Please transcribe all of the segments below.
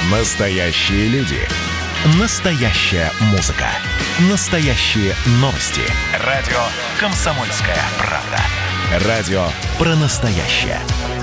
Настоящие люди. Настоящая музыка. Настоящие новости. Радио «Комсомольская правда». Радио про настоящее.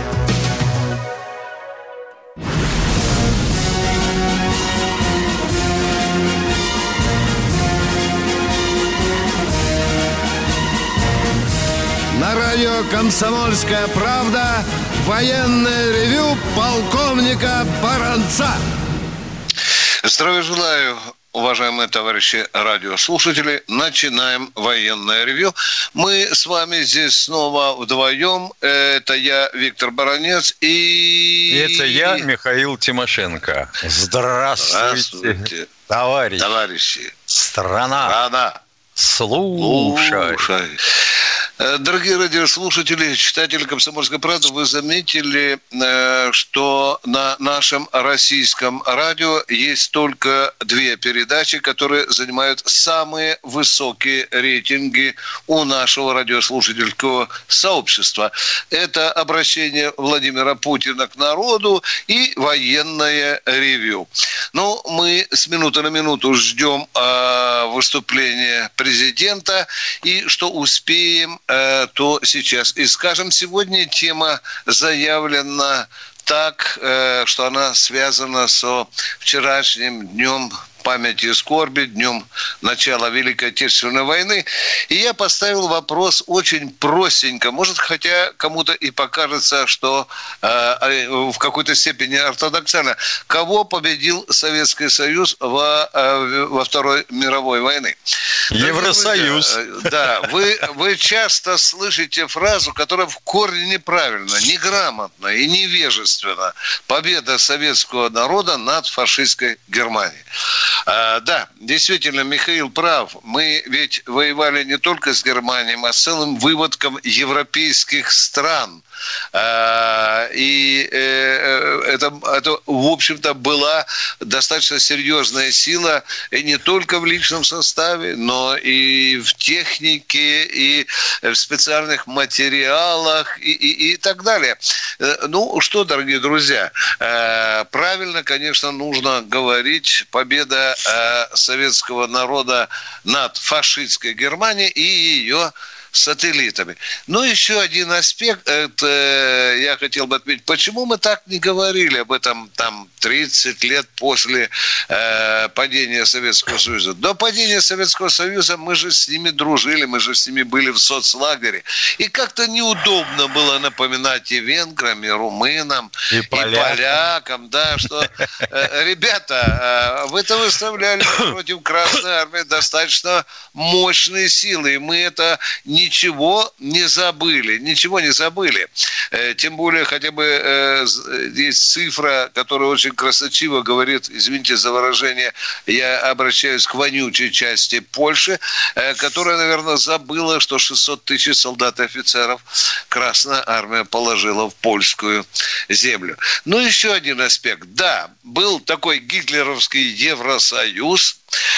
На радио «Комсомольская правда» военное ревю полковника Баранца. Здравия желаю, уважаемые товарищи радиослушатели. Начинаем военное ревью. Мы с вами здесь снова вдвоем. Это я, Виктор Баранец, и это я, Михаил Тимошенко. Здравствуйте. Товарищи. Страна. Слушай. Дорогие радиослушатели, читатели «Комсомольской правды», вы заметили, что на нашем российском радио есть только две передачи, которые занимают самые высокие рейтинги у нашего радиослушательского сообщества. Это обращение Владимира Путина к народу и военное ревью. Ну, мы с минуты на минуту ждем выступления президента, и что успеем, то сейчас и скажем. Сегодня тема заявлена так, что она связана со вчерашним днем памяти и скорби, днем начала Великой Отечественной войны. И я поставил вопрос очень простенько. Может, хотя кому-то и покажется, что в какой-то степени ортодоксально. Кого победил Советский Союз во Второй мировой войне? Евросоюз. Да, вы часто слышите фразу, которая в корне неправильна, неграмотна и невежественна. Победа советского народа над фашистской Германией. Да, действительно, Михаил прав. Мы ведь воевали не только с Германией, а с целым выводком европейских стран. И это, в общем-то, была достаточно серьезная сила и не только в личном составе, но и в технике, и в специальных материалах, и так далее. Ну, что, дорогие друзья, правильно, конечно, нужно говорить победа советского народа над фашистской Германией и ее сателлитами. Но еще один аспект, это я хотел бы отметить, почему мы так не говорили об этом там 30 лет после падения Советского Союза. До падения Советского Союза мы же с ними дружили, мы же с ними были в соцлагере. И как-то неудобно было напоминать и венграм, и румынам, и полякам, да, что, ребята, вы-то выставляли против Красной Армии достаточно мощные силы, и мы это ничего не забыли. Тем более, хотя бы есть цифра, которая очень красноречиво говорит, извините за выражение, я обращаюсь к вонючей части Польши, которая, наверное, забыла, что 600 тысяч солдат и офицеров Красная Армия положила в польскую землю. Ну, еще один аспект. Да, был такой гитлеровский Евросоюз,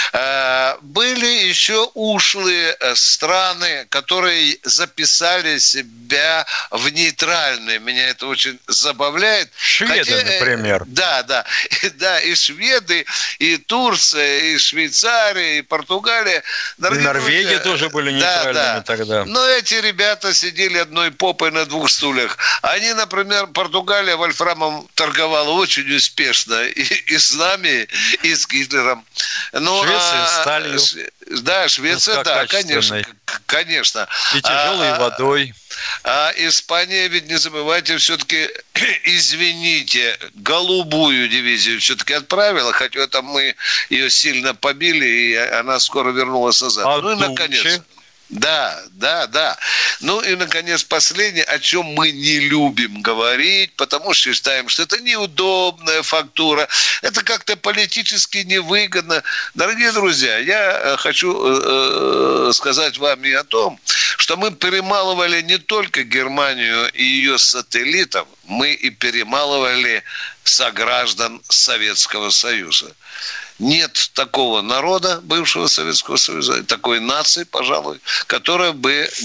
были еще ушлые страны, которые записали себя в нейтральные. Меня это очень забавляет. Шведы, например. Да, и шведы, и Турция, и Швейцария, и Португалия. И Норвегия тоже были нейтральными тогда. Но эти ребята сидели одной попой на двух стульях. Они, например, Португалия вольфрамом торговала очень успешно. И с нами, и с Гитлером. Швеция сталью. Да, Швеция, да, конечно. И тяжелой водой. А Испания, ведь не забывайте, все-таки, извините, голубую дивизию все-таки отправила, хотя это мы ее сильно побили, и она скоро вернулась назад. А ну и наконец. Да. Ну и, наконец, последнее, о чем мы не любим говорить, потому что считаем, что это неудобная фактура, это как-то политически невыгодно. Дорогие друзья, я хочу сказать вам и о том, что мы перемалывали не только Германию и ее сателлитов, мы и перемалывали сограждан Советского Союза. Нет такого народа, бывшего Советского Союза, такой нации, пожалуй, которая бы не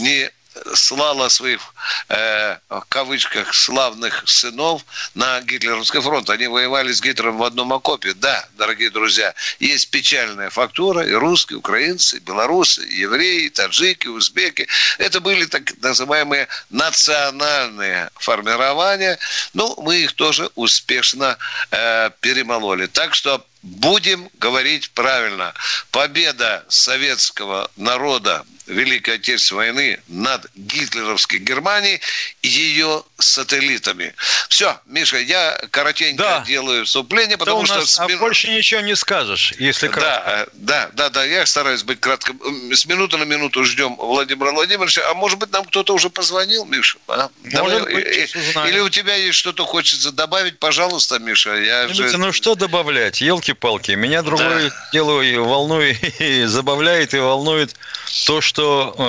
слала своих, в кавычках, славных сынов на гитлеровский фронт. Они воевали с Гитлером в одном окопе. Да, дорогие друзья, есть печальная фактура. И русские, украинцы, и белорусы, и евреи, и таджики, и узбеки. Это были так называемые национальные формирования. Ну, мы их тоже успешно перемололи. Так что будем говорить правильно. Победа советского народа в Великой Отечественной войны над гитлеровской Германией и ее сателлитами. Все, Миша, я коротенько делаю вступление, потому что... больше ничего не скажешь, если кратко. Да, я стараюсь быть кратким. С минуты на минуту ждем Владимира Владимировича. А может быть, нам кто-то уже позвонил, Миша? Может быть, или у тебя есть что-то хочется добавить? Пожалуйста, Миша. Ну что добавлять? Елки-палки. Меня другое дело волнует, и забавляет, и волнует то, что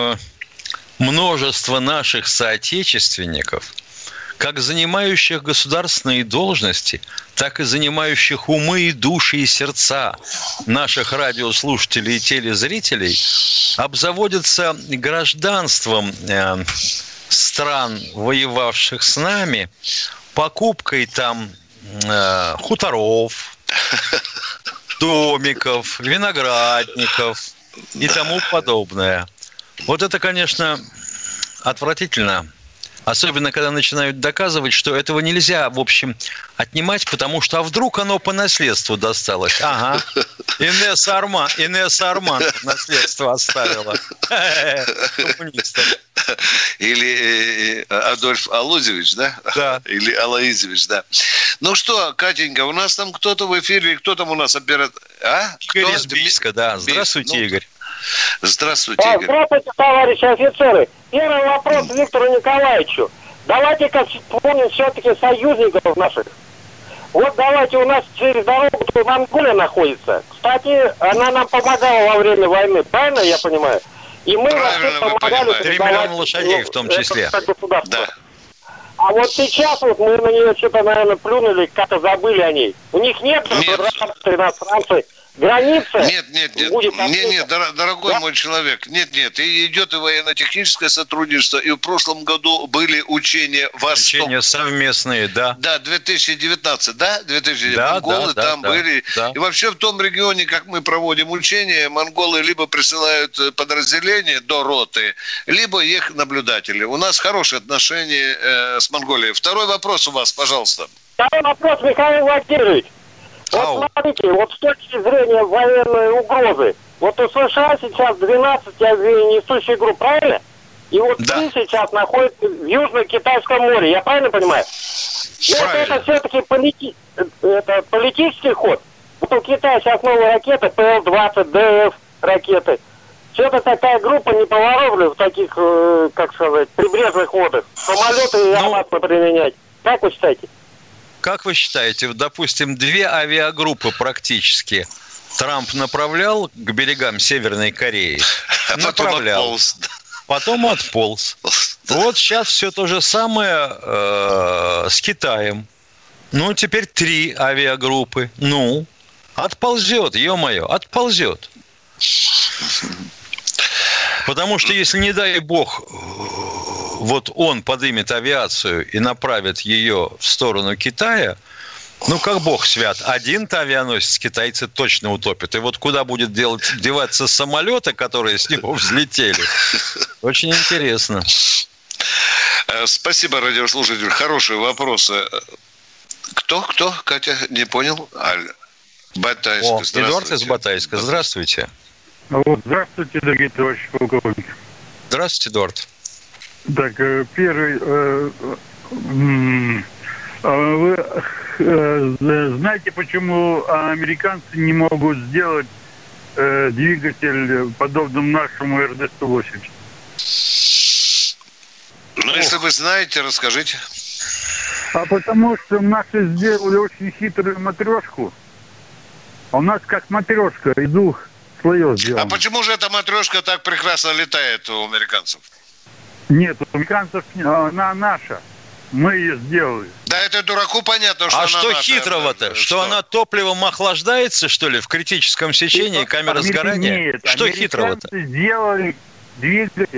множество наших соотечественников, как занимающих государственные должности, так и занимающих умы и души и сердца наших радиослушателей и телезрителей, обзаводятся гражданством стран, воевавших с нами, покупкой там хуторов, домиков, виноградников и тому подобное. Вот это, конечно, отвратительно. Особенно, когда начинают доказывать, что этого нельзя, в общем, отнимать, потому что, а вдруг оно по наследству досталось? Ага. Инесса Арман наследство оставила. Коммунистам. Или Адольф Алузевич, да? Да. Или Алаизович, да. Ну что, Катенька, у нас там кто-то в эфире, кто там у нас оператор? Игорь из Бийска, да. Здравствуйте, Игорь. Здравствуйте, Игорь. Здравствуйте, товарищи офицеры. Первый вопрос Виктору Николаевичу. Давайте-ка вспомним все-таки союзников наших. Вот давайте, у нас через дорогу Монголия находится. Кстати, она нам помогала во время войны, правильно я понимаю? И мы помогали 3 миллиона лошадей в том числе. Да. А вот сейчас вот мы на нее что-то, наверное, плюнули, как-то забыли о ней. У них нет иностранцы. Граница? Нет, дорогой мой человек, нет, и идет и военно-техническое сотрудничество, и в прошлом году были учения «Восток». Учения совместные, да. Да, 2019, да? 2019. Монголы там были. Да. И вообще в том регионе, как мы проводим учения, монголы либо присылают подразделения до роты, либо их наблюдатели. У нас хорошие отношения с Монголией. Второй вопрос у вас, пожалуйста. Второй вопрос, Михаил Владимирович. Вот смотрите, вот с точки зрения военной угрозы, вот у США сейчас 12 авианесущих групп, правильно? И вот 3 сейчас находятся в Южно-Китайском море, я правильно понимаю? Это все-таки политический ход. Вот у Китая сейчас новые ракеты, ПЛ-20, ДФ ракеты. Что-то такая группа не поворована в таких, как сказать, прибрежных водах. Самолеты и опасно применять. Как вы считаете? Как вы считаете, допустим, 2 авиагруппы практически Трамп направлял к берегам Северной Кореи? Направлял. Потом отполз. Вот сейчас все то же самое с Китаем. Ну, теперь 3 авиагруппы. Ну, отползет, ё-моё, отползет. Потому что если, не дай бог, вот он поднимет авиацию и направит ее в сторону Китая, ну, как бог свят, один-то авианосец китайцы точно утопят. И вот куда будет деваться самолеты, которые с него взлетели, очень интересно. Спасибо, радиослушатель. Хорошие вопросы. Кто? Катя, не понял? Батайска. Эдуард из Батайска. Здравствуйте. Здравствуйте, дорогие товарищи полковники. Здравствуйте, Эдуард. Так, первый. Вы знаете, почему американцы не могут сделать двигатель подобным нашему РД-180? Ну, если вы знаете, расскажите. А потому что наши сделали очень хитрую матрешку. А у нас как матрешка из 2 слоев сделана. А почему же эта матрешка так прекрасно летает у американцев? Нет, у американцев она наша. Мы ее сделали. Да это дураку понятно, что она наша. А что хитрого-то? Что она топливом охлаждается, что ли, в критическом сечении камеры сгорания? Нет, что хитрого-то? Американцы сделали двигатель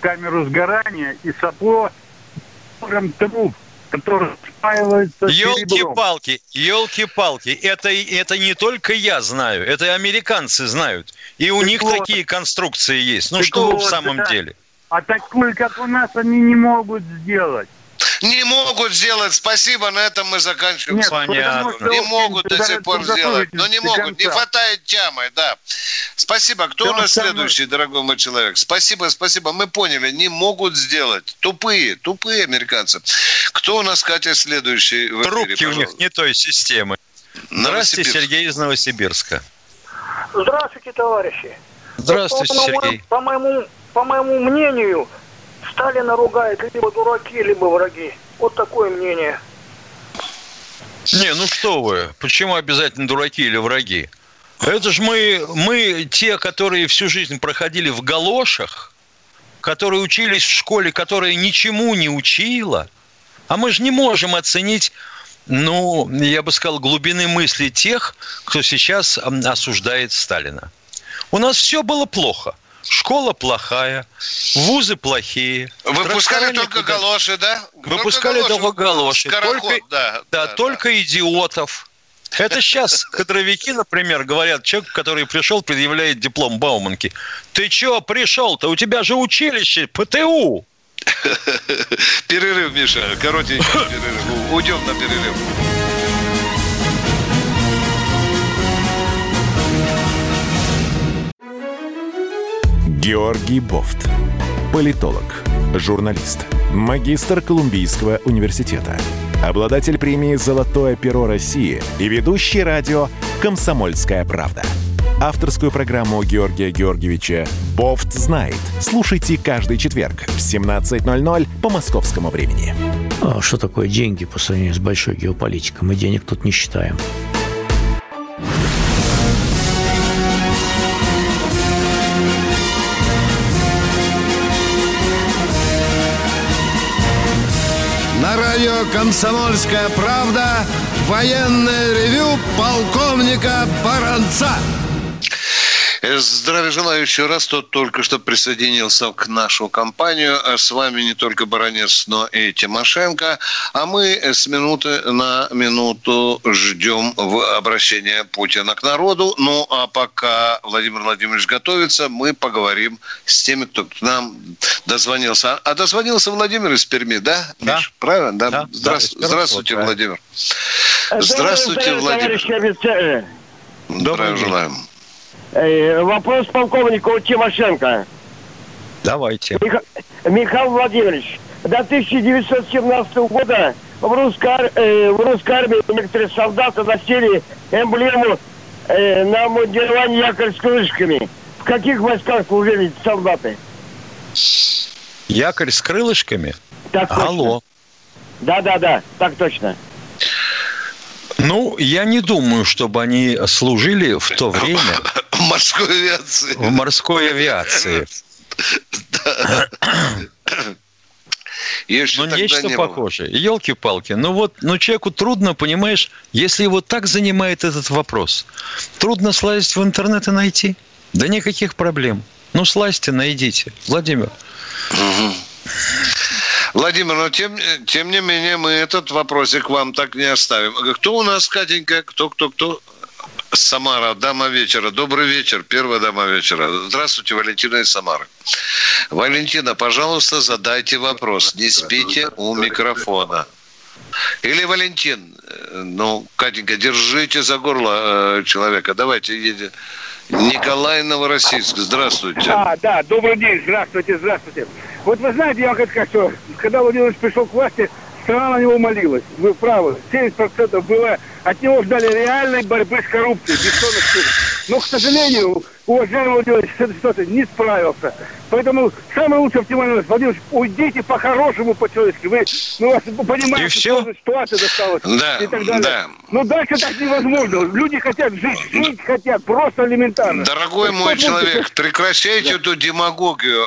камеру сгорания и сопло труб, который спаивается Елки-палки, это не только я знаю, это и американцы знают. И у них такие конструкции есть. Ну что вы в самом деле? А такую, как у нас, они не могут сделать. Не могут сделать. Спасибо, на этом мы заканчиваем. Нет, понятно. Не могут до сих пор сделать. Но не могут, не хватает темы, да. Спасибо. Кто у нас следующий, дорогой мой человек? Спасибо. Мы поняли, не могут сделать. Тупые американцы. Кто у нас, Катя, следующий в эфире? Трубки у них не той системы. Здравствуйте, Сергей из Новосибирска. Здравствуйте, товарищи. Здравствуйте, Сергей. По моему мнению, Сталина ругают либо дураки, либо враги. Вот такое мнение. Не, ну что вы, почему обязательно дураки или враги? Это же мы те, которые всю жизнь проходили в галошах, которые учились в школе, которая ничему не учила. А мы же не можем оценить, я бы сказал, глубины мысли тех, кто сейчас осуждает Сталина. У нас все было плохо. Школа плохая, вузы плохие. Выпускали только галоши, да? Выпускали только галоши. Только идиотов. Это сейчас кадровики, например, говорят, человек, который пришел, предъявляет диплом Бауманки. Ты чё пришел-то? У тебя же училище, ПТУ. Перерыв, Миша, коротенький перерыв. Уйдем на перерыв. Георгий Бофт. Политолог, журналист, магистр Колумбийского университета, обладатель премии «Золотое перо России» и ведущий радио «Комсомольская правда». Авторскую программу Георгия Георгиевича «Бофт знает». Слушайте каждый четверг в 17:00 по московскому времени. А что такое деньги по сравнению с большой геополитикой? Мы денег тут не считаем. На радио «Комсомольская правда» военное ревю полковника Баранца. Здравия желаю еще раз, кто только что присоединился к нашу компанию. С вами не только Баранец, но и Тимошенко. А мы с минуты на минуту ждем обращения Путина к народу. Ну, а пока Владимир Владимирович готовится, мы поговорим с теми, кто к нам дозвонился. А дозвонился Владимир из Перми, да? Да. Миш, правильно? Да. Здравствуйте, Владимир. Здравствуйте, Владимир. Здравия желаем. Вопрос полковнику Тимошенко. Давайте. Михаил Владимирович, до 1917 года в русской армии некоторые солдаты носили эмблему на мундировании якорь с крылышками. В каких войсках служили солдаты? Якорь с крылышками? Так точно. Алло. Да, так точно. Я не думаю, чтобы они служили в то время в морской авиации. В морской авиации. Нечто похожее. Елки-палки. Человеку трудно, понимаешь, если его так занимает этот вопрос, трудно слазить в интернет и найти. Да никаких проблем. Слазьте, найдите. Владимир. Владимир, но тем не менее мы этот вопросик вам так не оставим. Кто у нас, Катенька? Кто? Самара, дама вечера. Добрый вечер, первая дама вечера. Здравствуйте, Валентина из Самары. Валентина, пожалуйста, задайте вопрос. Не спите у микрофона. Или Валентин, Катенька, держите за горло человека. Давайте едем. Николай, Новороссийск, здравствуйте. Да, добрый день, здравствуйте. Вот вы знаете, я хочу сказать, что когда Владимир пришел к власти, страна на него молилась. Вы правы, 70% было, от него ждали реальной борьбы с коррупцией, бессонных сил. Но, к сожалению, уважаемый Владимир с этой ситуацией не справился. Поэтому самое лучшее оптимальное, Владимир, уйдите по-хорошему, по-человечески. Вы понимаете, что ситуация досталась и так далее. Да. Но дальше так невозможно. Люди хотят жить хотят, просто элементарно. Дорогой мой человек, прекращайте эту демагогию.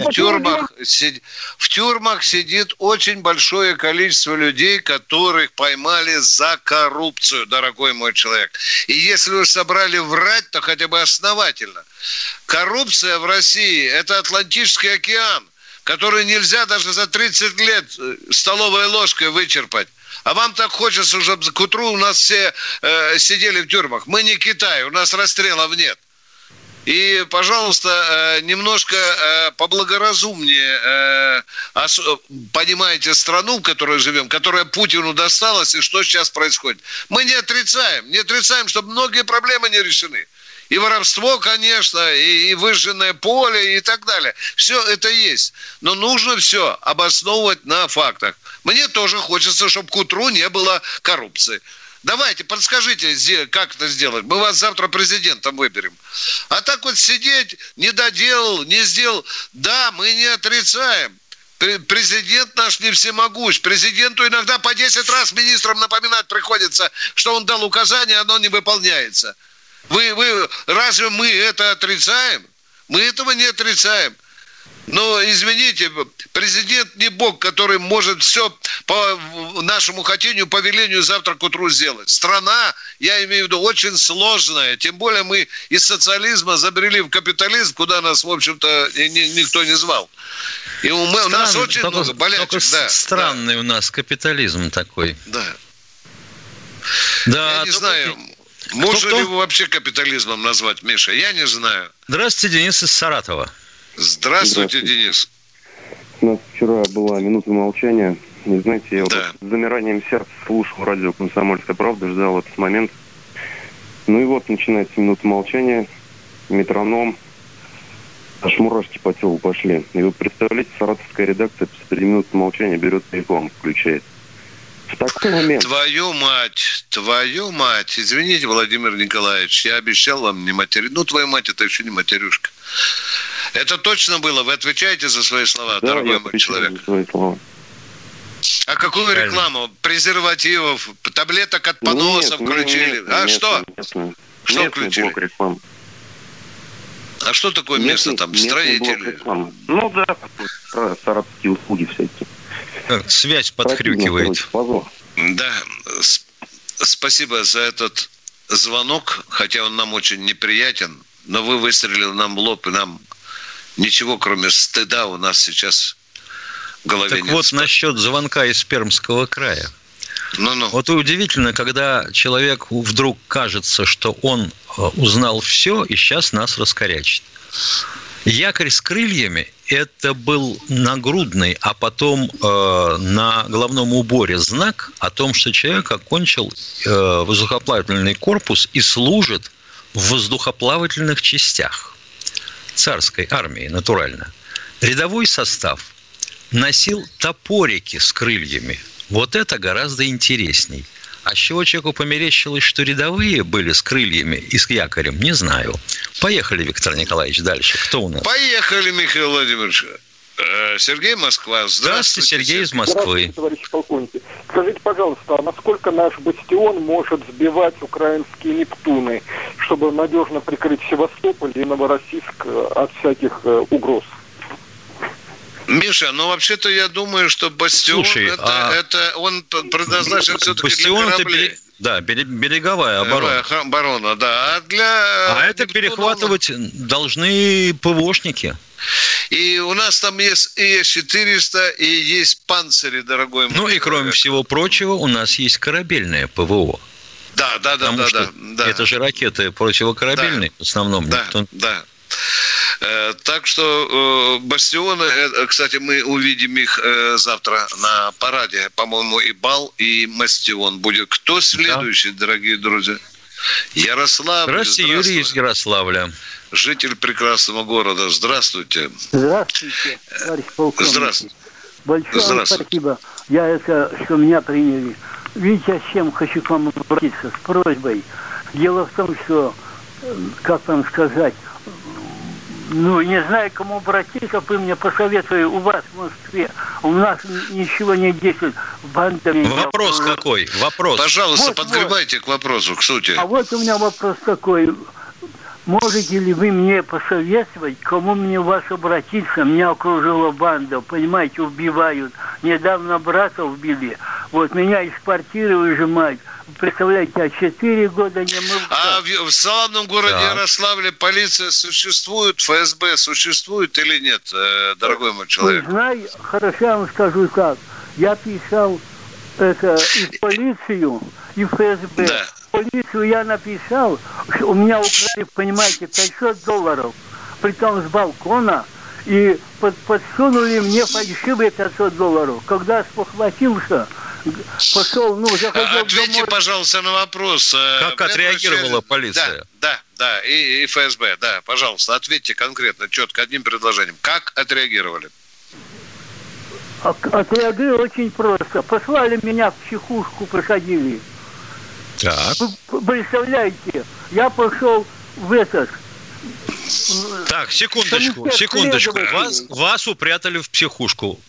В тюрьмах сидит очень большое количество людей, которых поймали за коррупцию, дорогой мой человек. И если вы собрали врать, то хотя бы основательно. Коррупция в России – это Атлантический океан. который нельзя даже за 30 лет столовой ложкой вычерпать. А вам так хочется, чтобы к утру у нас все сидели в тюрьмах. Мы не Китай, у нас расстрелов нет. И, пожалуйста, немножко поблагоразумнее понимаете страну, в которой живем, которая Путину досталась, и что сейчас происходит. Мы не отрицаем, что многие проблемы не решены. И воровство, конечно, и выжженное поле, и так далее. Все это есть. Но нужно все обосновывать на фактах. Мне тоже хочется, чтобы к утру не было коррупции. Давайте, подскажите, как это сделать. Мы вас завтра президентом выберем. А так вот сидеть, не доделал, не сделал. Да, мы не отрицаем. Президент наш не всемогущ. Президенту иногда по 10 раз министрам напоминать приходится, что он дал указание, оно не выполняется. Разве мы это отрицаем? Мы этого не отрицаем. Но, извините, президент не бог, который может все по нашему хотению, по велению завтра к утру сделать. Страна, я имею в виду, очень сложная. Тем более мы из социализма забрели в капитализм, куда нас, в общем-то, никто не звал. И у нас очень много болячек. Странный у нас капитализм такой. Да. Да, я не знаю... Можно ли его вообще капитализмом назвать, Миша? Я не знаю. Здравствуйте, Денис из Саратова. Здравствуйте, Денис. У нас вчера была минута молчания. Не знаете, я вот с замиранием сердца слушал радио «Комсомольская правда», ждал этот момент. Ну и вот начинается минута молчания, метроном, аж мурашки по телу пошли. И вы представляете, саратовская редакция после минуты молчания берет рекламу, включает. В такой момент. Твою мать. Извините, Владимир Николаевич, я обещал вам не материть. Ну, твою мать, это еще не матерюшка. Это точно было? Вы отвечаете за свои слова, да, дорогой мой человек? За свои слова. А какую рекламу? Презервативов, таблеток от поноса включили? Что? Что включили? А что такое место там? Строители? Ну да, саратовские услуги всякие. Связь подхрюкивает. Да, спасибо за этот звонок, хотя он нам очень неприятен, но вы выстрелили нам в лоб, и нам ничего, кроме стыда, у нас сейчас в голове так нет. Вот насчет звонка из Пермского края. Вот и удивительно, когда человеку вдруг кажется, что он узнал все, и сейчас нас раскорячит. Якорь с крыльями – это был нагрудный, а потом на головном уборе знак о том, что человек окончил воздухоплавательный корпус и служит в воздухоплавательных частях царской армии, натурально. Рядовой состав носил топорики с крыльями. Вот это гораздо интересней. А с чего человеку померещилось, что рядовые были с крыльями и с якорем, не знаю. Поехали, Виктор Николаевич, дальше. Кто у нас? Поехали, Михаил Владимирович. Сергей, Москва. Здравствуйте, Сергей из Москвы. Здравствуйте, товарищи полковники. Скажите, пожалуйста, а насколько наш бастион может сбивать украинские «Нептуны», чтобы надежно прикрыть Севастополь и Новороссийск от всяких угроз? Миша, вообще-то я думаю, что бастион, это он предназначен все-таки для кораблей. Да, береговая оборона. Оборона, да. А это перехватывать должны ПВОшники. И у нас там есть и С-400, и есть панцири, дорогой мой. Ну и кроме всего прочего, у нас есть корабельное ПВО. Да. Это же ракеты противокорабельные в основном. Да. Так что бастионы, кстати, мы увидим их завтра на параде. По-моему, и Бал, и Бастион будет. Кто следующий, дорогие друзья? Ярославль. Здравствуйте, Юрий из Ярославля. Житель прекрасного города. Здравствуйте. Здравствуйте, товарищ полковник. Здравствуйте. Большое спасибо. Что меня приняли. Видите, я с чем хочу к вам обратиться, с просьбой. Дело в том, что, как вам сказать, не знаю, к кому обратиться, вы мне посоветуете, у вас в Москве, у нас ничего не действует. Бандами. Вопрос какой? Вопрос. Пожалуйста, подгребайте к вопросу, к сути. А вот у меня вопрос такой. Можете ли вы мне посоветовать, к кому мне у вас обратиться? Меня окружила банда, понимаете, убивают. Недавно брата убили. Вот меня из квартиры выжимают. Представляете, 4 года не мыл. в славном городе Ярославле полиция существует, ФСБ существует или нет, дорогой мой человек? Знаю, хорошо, я вам скажу как. Я писал это и в полицию, и в ФСБ. Да. В полицию я написал, что у меня украли, понимаете, $500, притом с балкона, и подсунули мне фальшивые $500. Когда спохватился, пошел, заходил ответьте, домой. Пожалуйста, на вопрос. Как отреагировала полиция? Да, и ФСБ, да, пожалуйста, ответьте конкретно, четко, одним предложением. Как отреагировали? Отреагировали очень просто. Послали меня в психушку, посадили. Так. Вы представляете, я пошел в этот... Так, секундочку. Вас упрятали в психушку.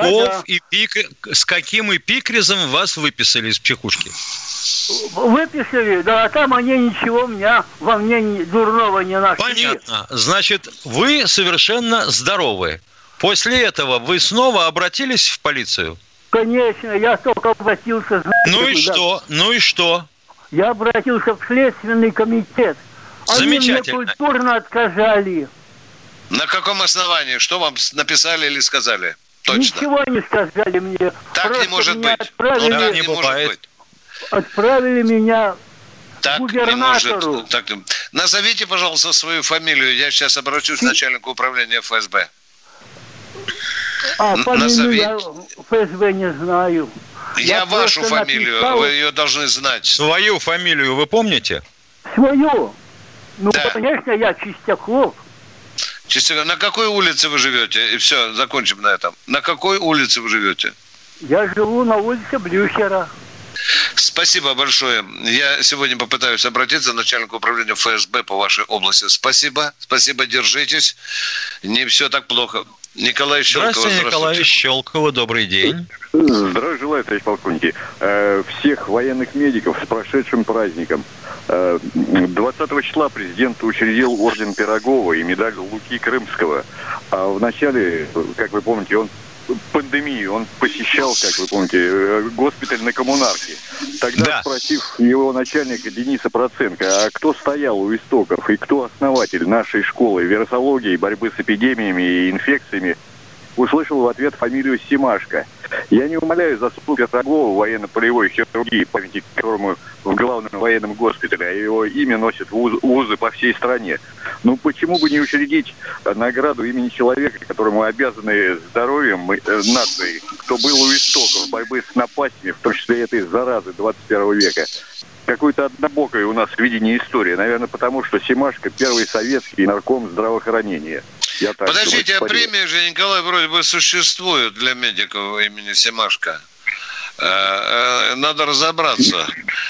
С каким эпикризом вас выписали из психушки? Выписали, да, а там они ничего во мне дурного не нашли. Понятно. Значит, вы совершенно здоровы. После этого вы снова обратились в полицию? Конечно, я только обратился. Ну и что? Я обратился в Следственный комитет. Замечательно. Они мне культурно отказали. На каком основании? Что вам написали или сказали? Точно. Ничего не сказали мне. Так просто не может быть. Так не может быть. Отправили меня так к губернатору. Не может. Так. Назовите, пожалуйста, свою фамилию. Я сейчас обращусь к начальнику управления ФСБ. Фамилию я ФСБ не знаю. Я вашу фамилию, вы ее должны знать. Свою фамилию вы помните? Свою? Да. Конечно, я Чистяков. На какой улице вы живете? И все, закончим на этом. На какой улице вы живете? Я живу на улице Блюхера. Спасибо большое. Я сегодня попытаюсь обратиться к начальнику управления ФСБ по вашей области. Спасибо, держитесь. Не все так плохо. Николай Щелково. Здравствуйте, Николай Щелково. Добрый день. Здравия желаю, товарищ полковник. Всех военных медиков с прошедшим праздником. 20 числа президент учредил орден Пирогова и медаль Луки Крымского. А в начале, как вы помните, пандемию, он посещал, как вы помните, госпиталь на Коммунарке. Тогда, спросив его начальника Дениса Проценко, а кто стоял у истоков и кто основатель нашей школы вирусологии, борьбы с эпидемиями и инфекциями, услышал в ответ фамилию Семашко. Я не умаляю заслуг Пирогова в военно-полевой хирургии, памяти которому в главном военном госпитале, а его имя носят вузы по всей стране. Ну, почему бы не учредить награду имени человека, которому обязаны здоровьем нации, кто был у истоков борьбы с напастями, в том числе этой заразы 21 века? Какое-то однобокое у нас видение истории. Наверное, потому что Семашко первый советский нарком здравоохранения. Подождите, а премия же, Николай, вроде бы существует для медиков имени Семашко. Надо разобраться.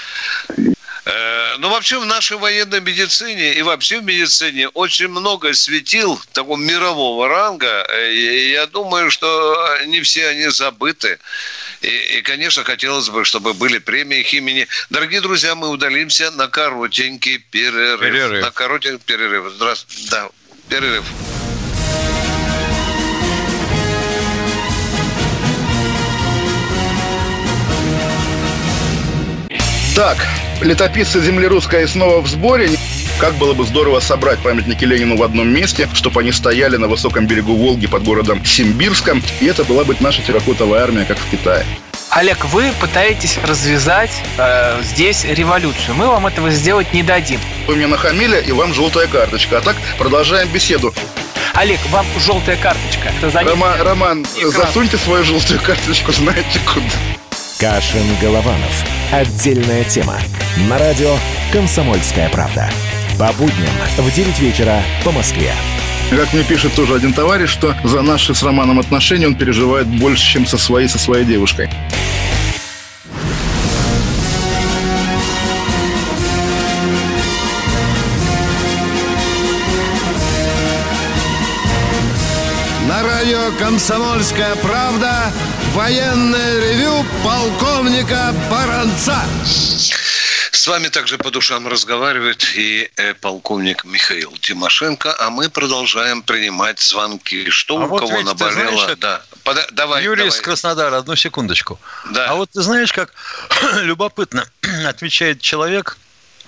Ну, вообще в нашей военной медицине и вообще в медицине очень много светил такого мирового ранга. И я думаю, что не все они забыты. И, конечно, хотелось бы, чтобы были премии их имени. Дорогие друзья, мы удалимся на коротенький перерыв. На коротенький перерыв. Здравствуйте. Да, перерыв. Так, летописцы земли русской снова в сборе. Как было бы здорово собрать памятники Ленину в одном месте, чтобы они стояли на высоком берегу Волги под городом Симбирском. И это была бы наша терракотовая армия, как в Китае. Олег, вы пытаетесь развязать здесь революцию. Мы вам этого сделать не дадим. Вы мне нахамили, и вам желтая карточка. А так продолжаем беседу. Олег, вам желтая карточка. Роман, засуньте свою желтую карточку, знаете куда. Кашин-Голованов. Отдельная тема. На радио «Комсомольская правда». По будням в 9 вечера по Москве. Как мне пишет тоже один товарищ, что за наши с Романом отношения он переживает больше, чем со своей девушкой. На радио «Комсомольская правда» военное ревю полковника Баранца. С вами также по душам разговаривает и полковник Михаил Тимошенко, а мы продолжаем принимать звонки. Что у кого наболело? Давай. Юрий из Краснодара, одну секундочку. Да. А вот ты знаешь, как любопытно отвечает человек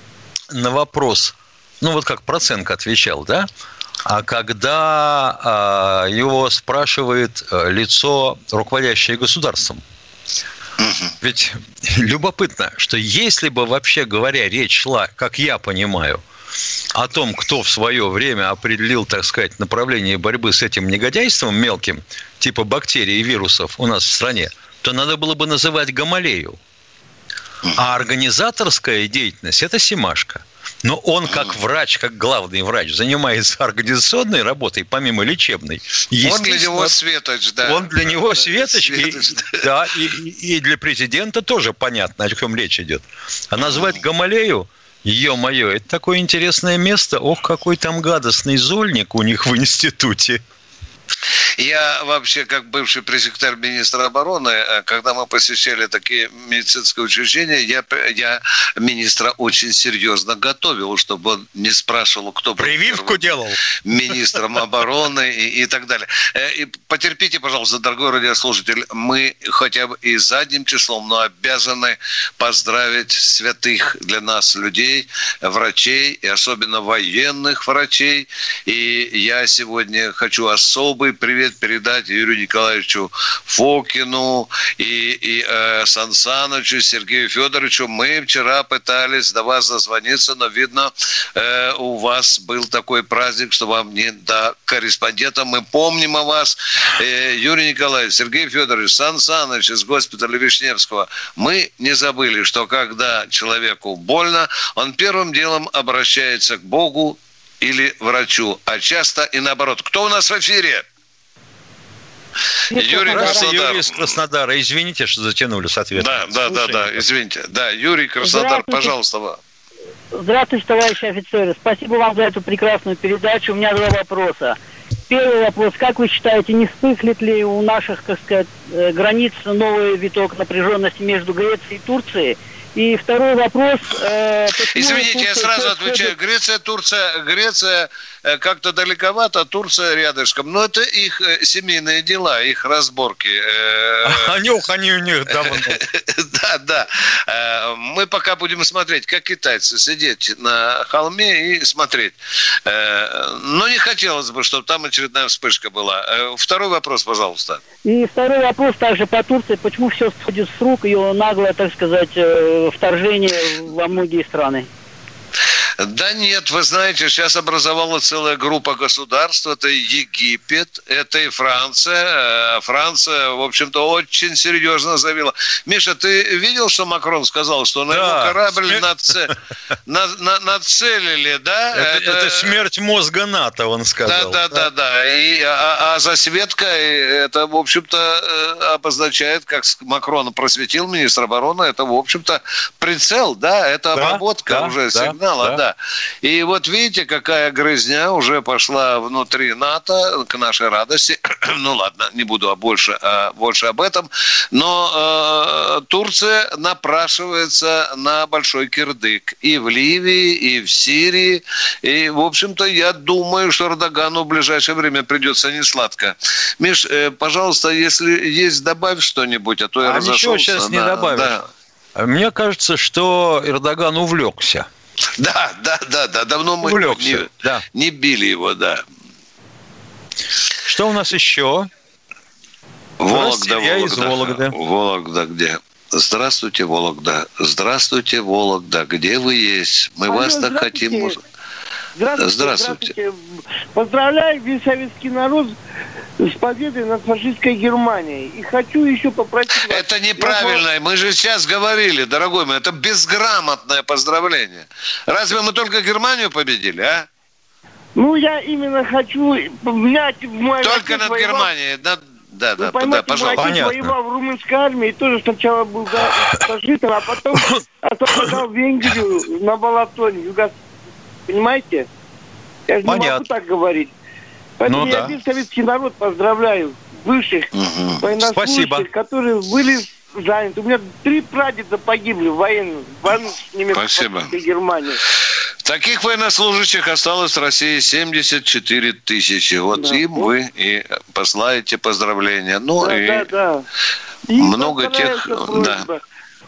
на вопрос, ну вот как Проценко отвечал, да? А когда его спрашивает лицо, руководящее государством. Ведь любопытно, что если бы, вообще говоря, речь шла, как я понимаю, о том, кто в свое время определил, так сказать, направление борьбы с этим негодяйством мелким, типа бактерий и вирусов у нас в стране, то надо было бы называть Гамалею. А организаторская деятельность – это Семашко. Но он как врач, как главный врач, занимается организационной работой, помимо лечебной. Он для него светоч, да. Он для него светоч, да, и для президента тоже понятно, о чем речь идет. А назвать Гамалею, ё-моё, это такое интересное место. Ох, какой там гадостный зольник у них в институте. Я вообще, как бывший пресс-секретарь министра обороны, когда мы посещали такие медицинские учреждения, я министра очень серьезно готовил, чтобы он не спрашивал, кто был прививку делал министром обороны и так далее. И потерпите, пожалуйста, дорогой радиослушатель, мы хотя бы и задним числом, но обязаны поздравить святых для нас людей, врачей, и особенно военных врачей. И я сегодня хочу особый привет передать Юрию Николаевичу Фокину и Сан Санычу, Сергею Федоровичу. Мы вчера пытались до вас дозвониться, но, видно, у вас был такой праздник, что вам не до корреспондента. Мы помним о вас. Юрий Николаевич, Сергей Федорович, Сан Саныч из госпиталя Вишневского. Мы не забыли, что когда человеку больно, он первым делом обращается к Богу или врачу, а часто и наоборот. Кто у нас в эфире? Юрий из Краснодара. Извините, что затянули с ответом. Да, извините. Да, Юрий Краснодар, пожалуйста. Здравствуйте, товарищи офицеры. Спасибо вам за эту прекрасную передачу. У меня два вопроса. Первый вопрос. Как вы считаете, не вспыхнет ли у наших, так сказать, границ новый виток напряженности между Грецией и Турцией? И второй вопрос. Извините, я сразу отвечаю. Греция как-то далековато, Турция рядышком. Но это их семейные дела, их разборки. Они у них давно. Да. Мы пока будем смотреть, как китайцы, сидеть на холме и смотреть. Но не хотелось бы, чтобы там очередная вспышка была. Второй вопрос, пожалуйста. И второй вопрос также по Турции. Почему все сходит с рук, ее наглое, так сказать, вторжение во многие страны? Да нет, вы знаете, сейчас образовалась целая группа государств. Это Египет, это и Франция. Франция, в общем-то, очень серьезно заявила. Миша, ты видел, что Макрон сказал, что на его корабль нацелили, да? Это смерть мозга НАТО, он сказал. Да. А засветка, это, в общем-то, обозначает, как Макрон просветил министр обороны, это, в общем-то, прицел, да? Это обработка уже сигнала, да. И вот видите, какая грызня уже пошла внутри НАТО, к нашей радости. Ну ладно, не буду больше об этом. Но Турция напрашивается на большой кирдык и в Ливии, и в Сирии. И, в общем-то, я думаю, что Эрдогану в ближайшее время придется несладко. Миш, пожалуйста, если есть, добавь что-нибудь, а то я разошелся. Ничего сейчас не добавишь. Да. Мне кажется, что Эрдоган увлекся. Да. Давно мы не били его, да. Что у нас еще? Вологда. Я из Вологды. Вологда где? Здравствуйте, Вологда. Здравствуйте, Вологда. Где вы есть? Мы вас так хотим. Здравствуйте. Поздравляю весь советский народ с победой над фашистской Германией. И хочу еще попросить вас... Это неправильно. Мы же сейчас говорили, дорогой мой, это безграмотное поздравление. Разве мы только Германию победили, а? Ну, я именно хочу взять в мой... Только над Германией, да, пожалуйста. Мой отец воевал в румынской армии, тоже сначала был фашистом, а потом отправлял в Венгрию на Балатоне. Понимаете? Я же не могу так говорить. Поэтому я весь советский народ поздравляю. Бывших военнослужащих, которые были заняты. У меня 3 прадеда погибли в войну с немецкой Германии. Таких военнослужащих осталось в России 74 тысячи. Вот им вы и посылаете поздравления. Ну и много тех...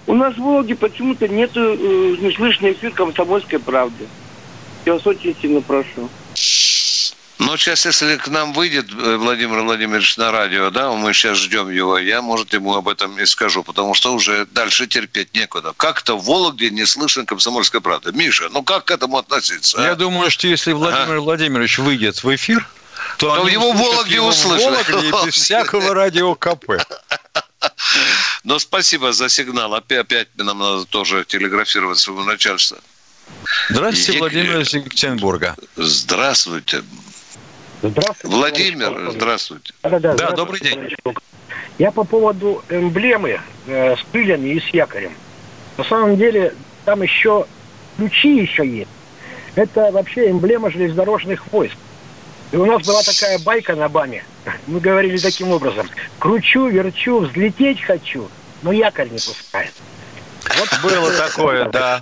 У нас в Волге почему-то нету, не слышно эфир «Комсомольской правды». Я вас очень сильно прошу. Ну, сейчас, если к нам выйдет Владимир Владимирович на радио, да, мы сейчас ждем его, я, может, ему об этом и скажу, потому что уже дальше терпеть некуда. Как-то в Вологде не слышно «Комсомольская правда». Миша, ну как к этому относиться? Я думаю, что если Владимир Владимирович выйдет в эфир, то его в Вологде услышат. В Вологде без всякого радио КП. Но спасибо за сигнал. Опять нам надо тоже телеграфировать своему начальству. Здравствуйте, Владимир из Екатеринбурга. Здравствуйте. Здравствуйте. Владимир, здравствуйте. Да, добрый день. Я по поводу эмблемы с крыльями и с якорем. На самом деле, там еще ключи еще есть. Это вообще эмблема железнодорожных войск. И у нас была такая байка на БАМе. Мы говорили таким образом: кручу, верчу, взлететь хочу, но якорь не пускает. Вот было такое, да.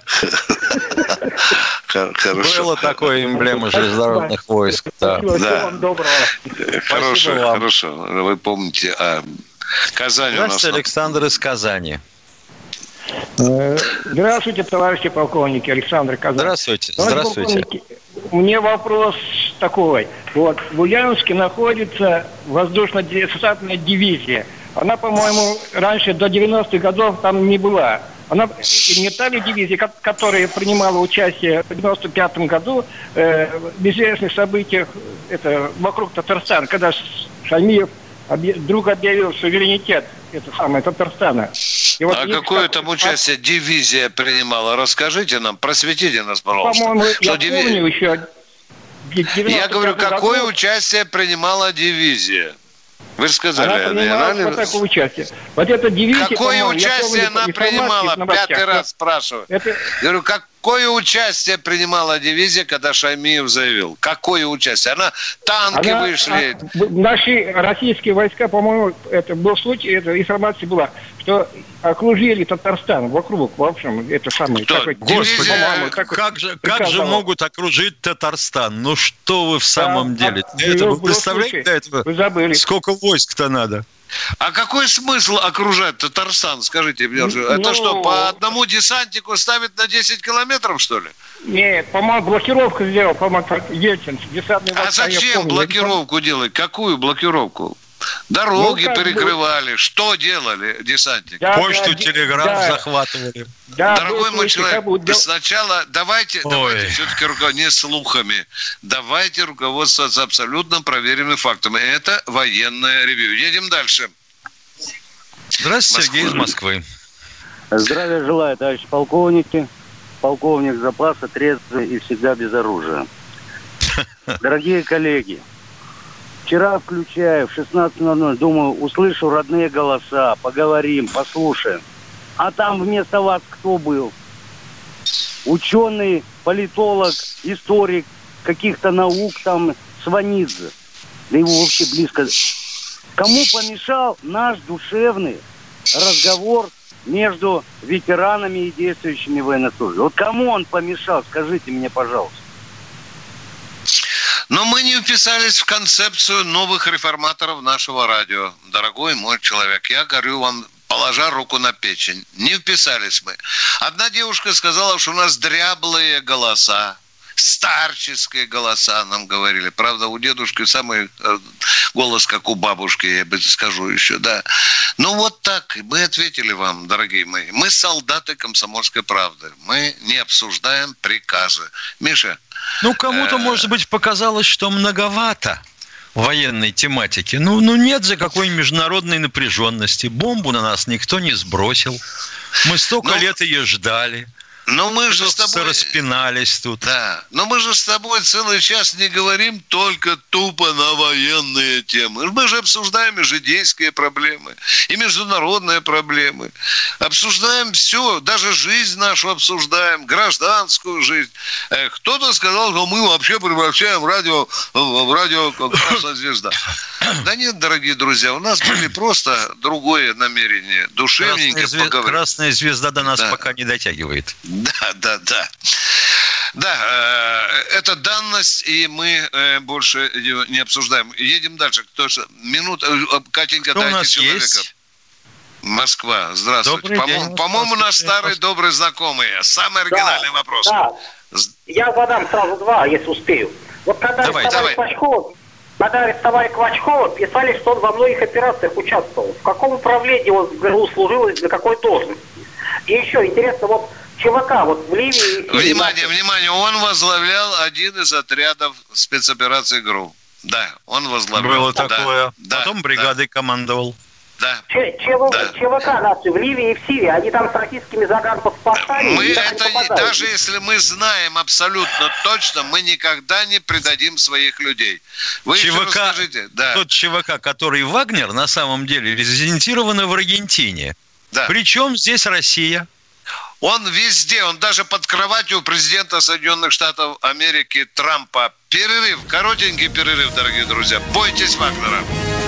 Хорошо. Было такое эмблема железнодорожных войск. Да. Всего вам доброго. Хорошо. Вы помните о Казани. Здравствуйте, Александр из Казани. Здравствуйте, товарищи полковники. Александр Казань. Здравствуйте. Мне вопрос такой. Вот, в Ульяновске находится воздушно-десантная дивизия. Она, по-моему, раньше, до 90-х годов, там не была. Она не та ли дивизия, которая принимала участие в 95-м году в известных событиях вокруг Татарстана, когда Шаймиев вдруг объявил суверенитет Татарстана. Вот какое там участие дивизия принимала? Расскажите нам, просветите нас, пожалуйста. По-моему, я помню еще... Я говорю, какое участие принимала дивизия? Вы же сказали, она принимала такое участие. Вот эта дивизия... Какое участие она принимала? Пятый раз спрашиваю. Говорю, какое участие принимала дивизия, когда Шаймиев заявил? Какое участие? Танки вышли. Наши российские войска, по-моему, это был случай, эта информация была, что окружили Татарстан вокруг, в общем, это самое... Господи, как же могут окружить Татарстан? Ну что вы в самом деле? Вы представляете, для этого сколько войск-то надо? А какой смысл окружать Татарстан, скажите мне? Это что, по одному десантнику ставить на 10 километров, что ли? Нет, по-моему, блокировку сделал, по-моему, Ельцин. А зачем блокировку делать? Какую блокировку? Дороги перекрывали. Что делали десантники? Почту, телеграф захватывали. Дорогой мой человек, сначала давайте все-таки не слухами. Давайте руководствоваться абсолютно проверенными фактами. Это военное ревью. Едем дальше. Здравствуйте, Сергей из Москвы. Здравия желаю, товарищи полковники. Полковник запаса, трезвый и всегда без оружия. Дорогие коллеги, вчера включаю в 16:00, думаю, услышу родные голоса, поговорим, послушаем. А там вместо вас кто был? Ученый, политолог, историк каких-то наук, там, Сванидзе. Да его вообще близко. Кому помешал наш душевный разговор между ветеранами и действующими военнослужащими? Вот кому он помешал, скажите мне, пожалуйста. Но мы не вписались в концепцию новых реформаторов нашего радио. Дорогой мой человек, я говорю вам, положа руку на печень. Не вписались мы. Одна девушка сказала, что у нас дряблые голоса. Старческие голоса нам говорили. Правда, у дедушки самый голос, как у бабушки, я бы скажу еще, да. Ну, вот так. Мы ответили вам, дорогие мои. Мы солдаты «Комсомольской правды». Мы не обсуждаем приказы. Миша? Ну, кому-то, может быть, показалось, что многовато военной тематики. Ну, нет же какой международной напряженности. Бомбу на нас никто не сбросил. Мы столько лет ее ждали. Но мы же с тобой... распинались тут. Да, но мы же с тобой целый час не говорим только тупо на военные темы. Мы же обсуждаем и житейские проблемы, и международные проблемы. Обсуждаем все, даже жизнь нашу обсуждаем, гражданскую жизнь. Кто-то сказал, что мы вообще превращаем радио в радио «Красная звезда». Да нет, дорогие друзья, у нас были просто другое намерение. Душевненько поговорить. Красная звезда до нас пока не дотягивает. Да. Да, это данность, и мы больше не обсуждаем. Едем дальше. Минута, Катенька, кто дайте у нас человека. Есть? Москва. Здравствуйте. По-моему, наш старый добрый знакомый. Самый оригинальный вопрос. Да. Я задам сразу два, если успею. Вот когда арестовали Квачкова, писали, что он во многих операциях участвовал. В каком управлении он в ГРУ служил и на какой должности? И еще интересно, вот ЧВК, вот в Ливии... Внимание, он возглавлял один из отрядов спецоперации ГРУ. Да, он возглавлял. Было такое. Да, потом бригадой командовал. Да. ЧВК наши в Ливии и в Сирии, они там с российскими загранпаспортами. Даже если мы знаем абсолютно точно, мы никогда не предадим своих людей. Вы еще расскажите. Да. Тот ЧВК, который Вагнер, на самом деле резидентирован в Аргентине. Да. Причем здесь Россия. Он везде, он даже под кроватью президента Соединенных Штатов Америки Трампа. Перерыв, коротенький перерыв, дорогие друзья. Бойтесь Вагнера.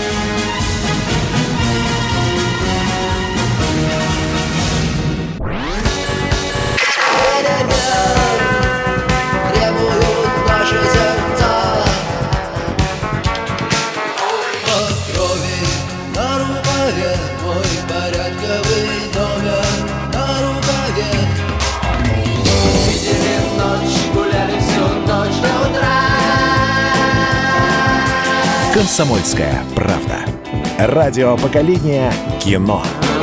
«Комсомольская правда». Радио поколения кино.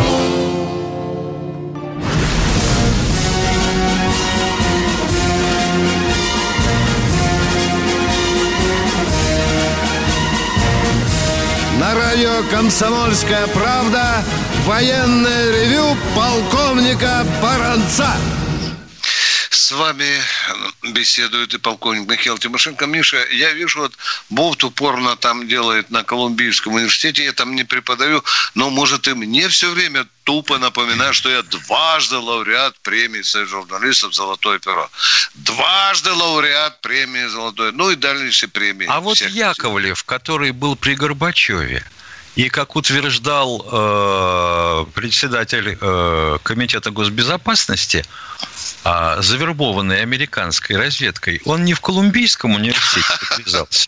На радио «Комсомольская правда» военное ревю полковника Баранца. С вами беседует и полковник Михаил Тимошенко. Миша, я вижу, вот Бовт упорно там делает на Колумбийском университете, я там не преподаю, но, может, и мне все время тупо напоминаю, что я дважды лауреат премии Союза журналистов «Золотое перо». Дважды лауреат премии «Золотое», ну и дальнейшие премии. А вот Яковлев, который был при Горбачеве, и, как утверждал председатель Комитета госбезопасности, завербованный американской разведкой, он не в Колумбийском университете подвязался.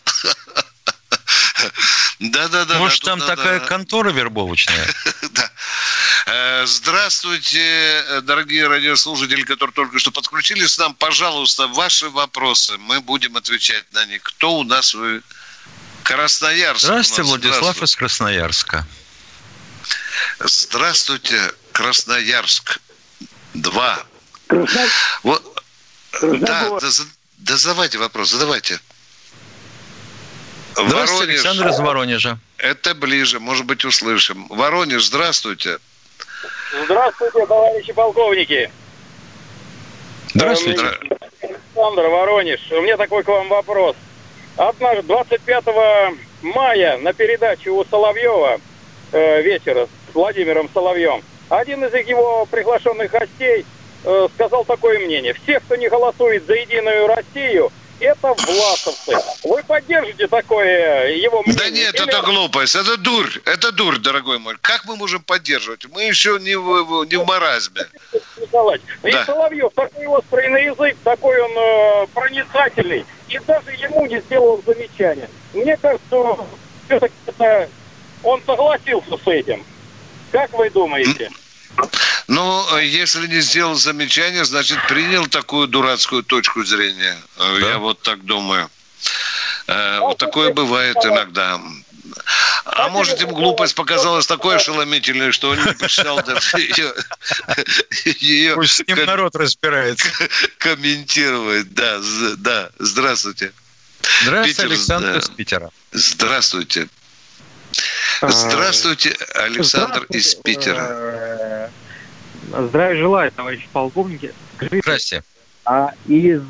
Да. Может, там такая контора вербовочная? Да. Здравствуйте, дорогие радиослушатели, которые только что подключились к нам. Пожалуйста, ваши вопросы. Мы будем отвечать на них. Кто у нас вы? Красноярск. Здравствуйте, Владислав из Красноярска. Здравствуйте, Красноярск. 2. Вот. Да, задавайте вопрос, задавайте. Здравствуйте, Александр из Воронежа. Это ближе, может быть, услышим. Воронеж, здравствуйте. Здравствуйте, товарищи полковники. Здравствуйте. Александр, Воронеж. У меня такой к вам вопрос. Однажды, 25 мая, на передаче у Соловьева вечера с Владимиром Соловьевым, один из его приглашенных гостей сказал такое мнение. Все, кто не голосует за Единую Россию, это власовцы. Вы поддержите такое его мнение? Да нет, это глупость, это дурь, дорогой мой. Как мы можем поддерживать? Мы еще не в маразме. Николай, и Соловьев такой острый на язык, такой он проницательный, и даже ему не сделал замечания. Мне кажется, все-таки он согласился с этим. Как вы думаете? Ну, если не сделал замечания, значит, принял такую дурацкую точку зрения. Да? Я вот так думаю. Вот такое бывает иногда. А может, им глупость показалась такой ошеломительной, что он не посчитал даже ее... Пусть с ним народ разбирается. Комментировать, да. Здравствуйте. Здравствуйте, Александр из Питера. Здравствуйте. Здравствуйте, Александр из Питера. Здравия желаю, товарищи полковники. Здрасте. Из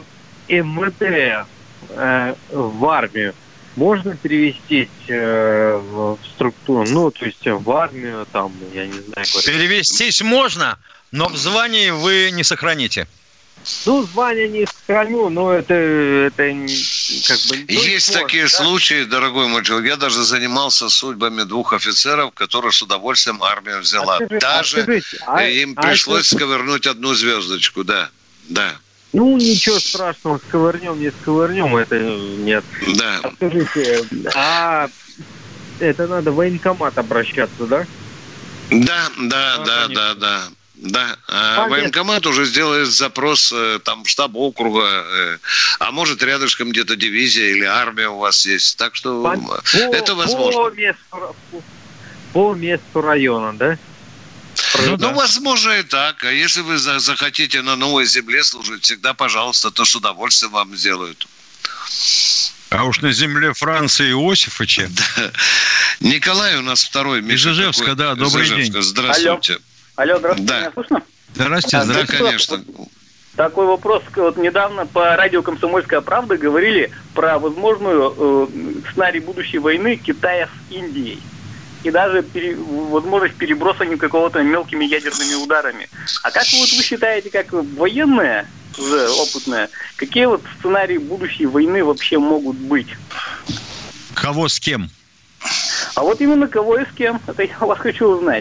МВД в армию можно перевестись в структуру, ну, то есть в армию, там, я не знаю. Перевестись можно, но в звании вы не сохраните. Ну, звание не сохраню, но это как бы... Есть такие случаи, дорогой мой человек. Я даже занимался судьбами 2 офицеров, которые с удовольствием армия взяла. Им пришлось сковырнуть 1 звездочку, да. Ну, ничего страшного, сковырнем, не сковырнем, это нет. Да. Скажите, это надо в военкомат обращаться, да? Да. Военкомат уже сделает запрос там в штаб округа, а может рядышком где-то дивизия или армия у вас есть. Так что это возможно. По месту района, да? Ну, возможно и так. А если вы захотите на новой земле служить, всегда, пожалуйста, то с удовольствием вам сделают. А уж на земле Франции Иосифовича. Да. Николай у нас второй. Из Ижевска, да, добрый день. Здравствуйте. Алло, здравствуйте, меня слышно? Здравствуйте. Да, конечно. Такой вопрос. Вот недавно по радио «Комсомольская правда» говорили про возможную сценарий будущей войны Китая с Индией. И даже возможность переброса какого-то мелкими ядерными ударами. А как вы считаете, как военные, уже опытные, какие вот сценарии будущей войны вообще могут быть? Кого с кем? А вот именно кого и с кем. Это я вас хочу узнать.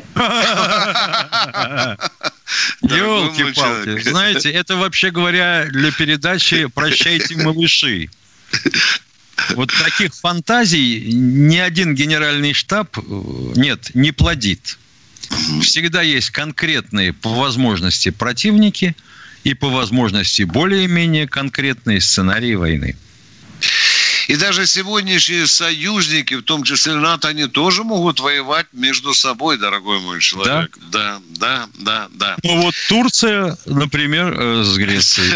Ёлки-палки. Знаете, это, вообще говоря, для передачи «Прощайте, малыши». Вот таких фантазий ни один генеральный штаб не плодит. Всегда есть конкретные по возможности противники и по возможности более-менее конкретные сценарии войны. И даже сегодняшние союзники, в том числе НАТО, они тоже могут воевать между собой, дорогой мой человек. Да. Ну вот Турция, например, с Грецией.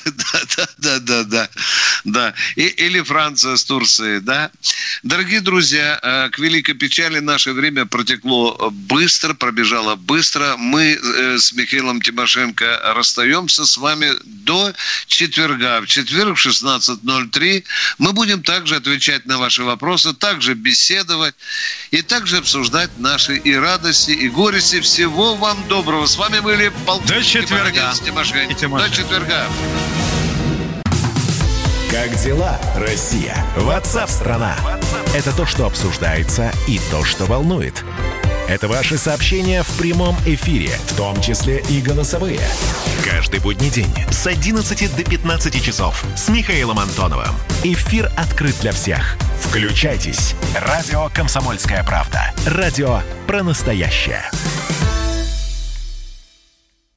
Да. Или Франция с Турцией, да. Дорогие друзья, к великой печали наше время протекло быстро, пробежало быстро. Мы с Михаилом Тимошенко расстаемся с вами до четверга. В четверг в 16:03 мы будем также отвечать на ваши вопросы, также беседовать и также обсуждать наши и радости, и горести. Всего вам доброго. С вами были полковник Тимошенко. До четверга. Как дела, Россия? WhatsApp-страна. Это то, что обсуждается, и то, что волнует. Это ваши сообщения в прямом эфире, в том числе и голосовые. Каждый будний день с 11 до 15 часов с Михаилом Антоновым. Эфир открыт для всех. Включайтесь. Радио «Комсомольская правда». Радио про настоящее.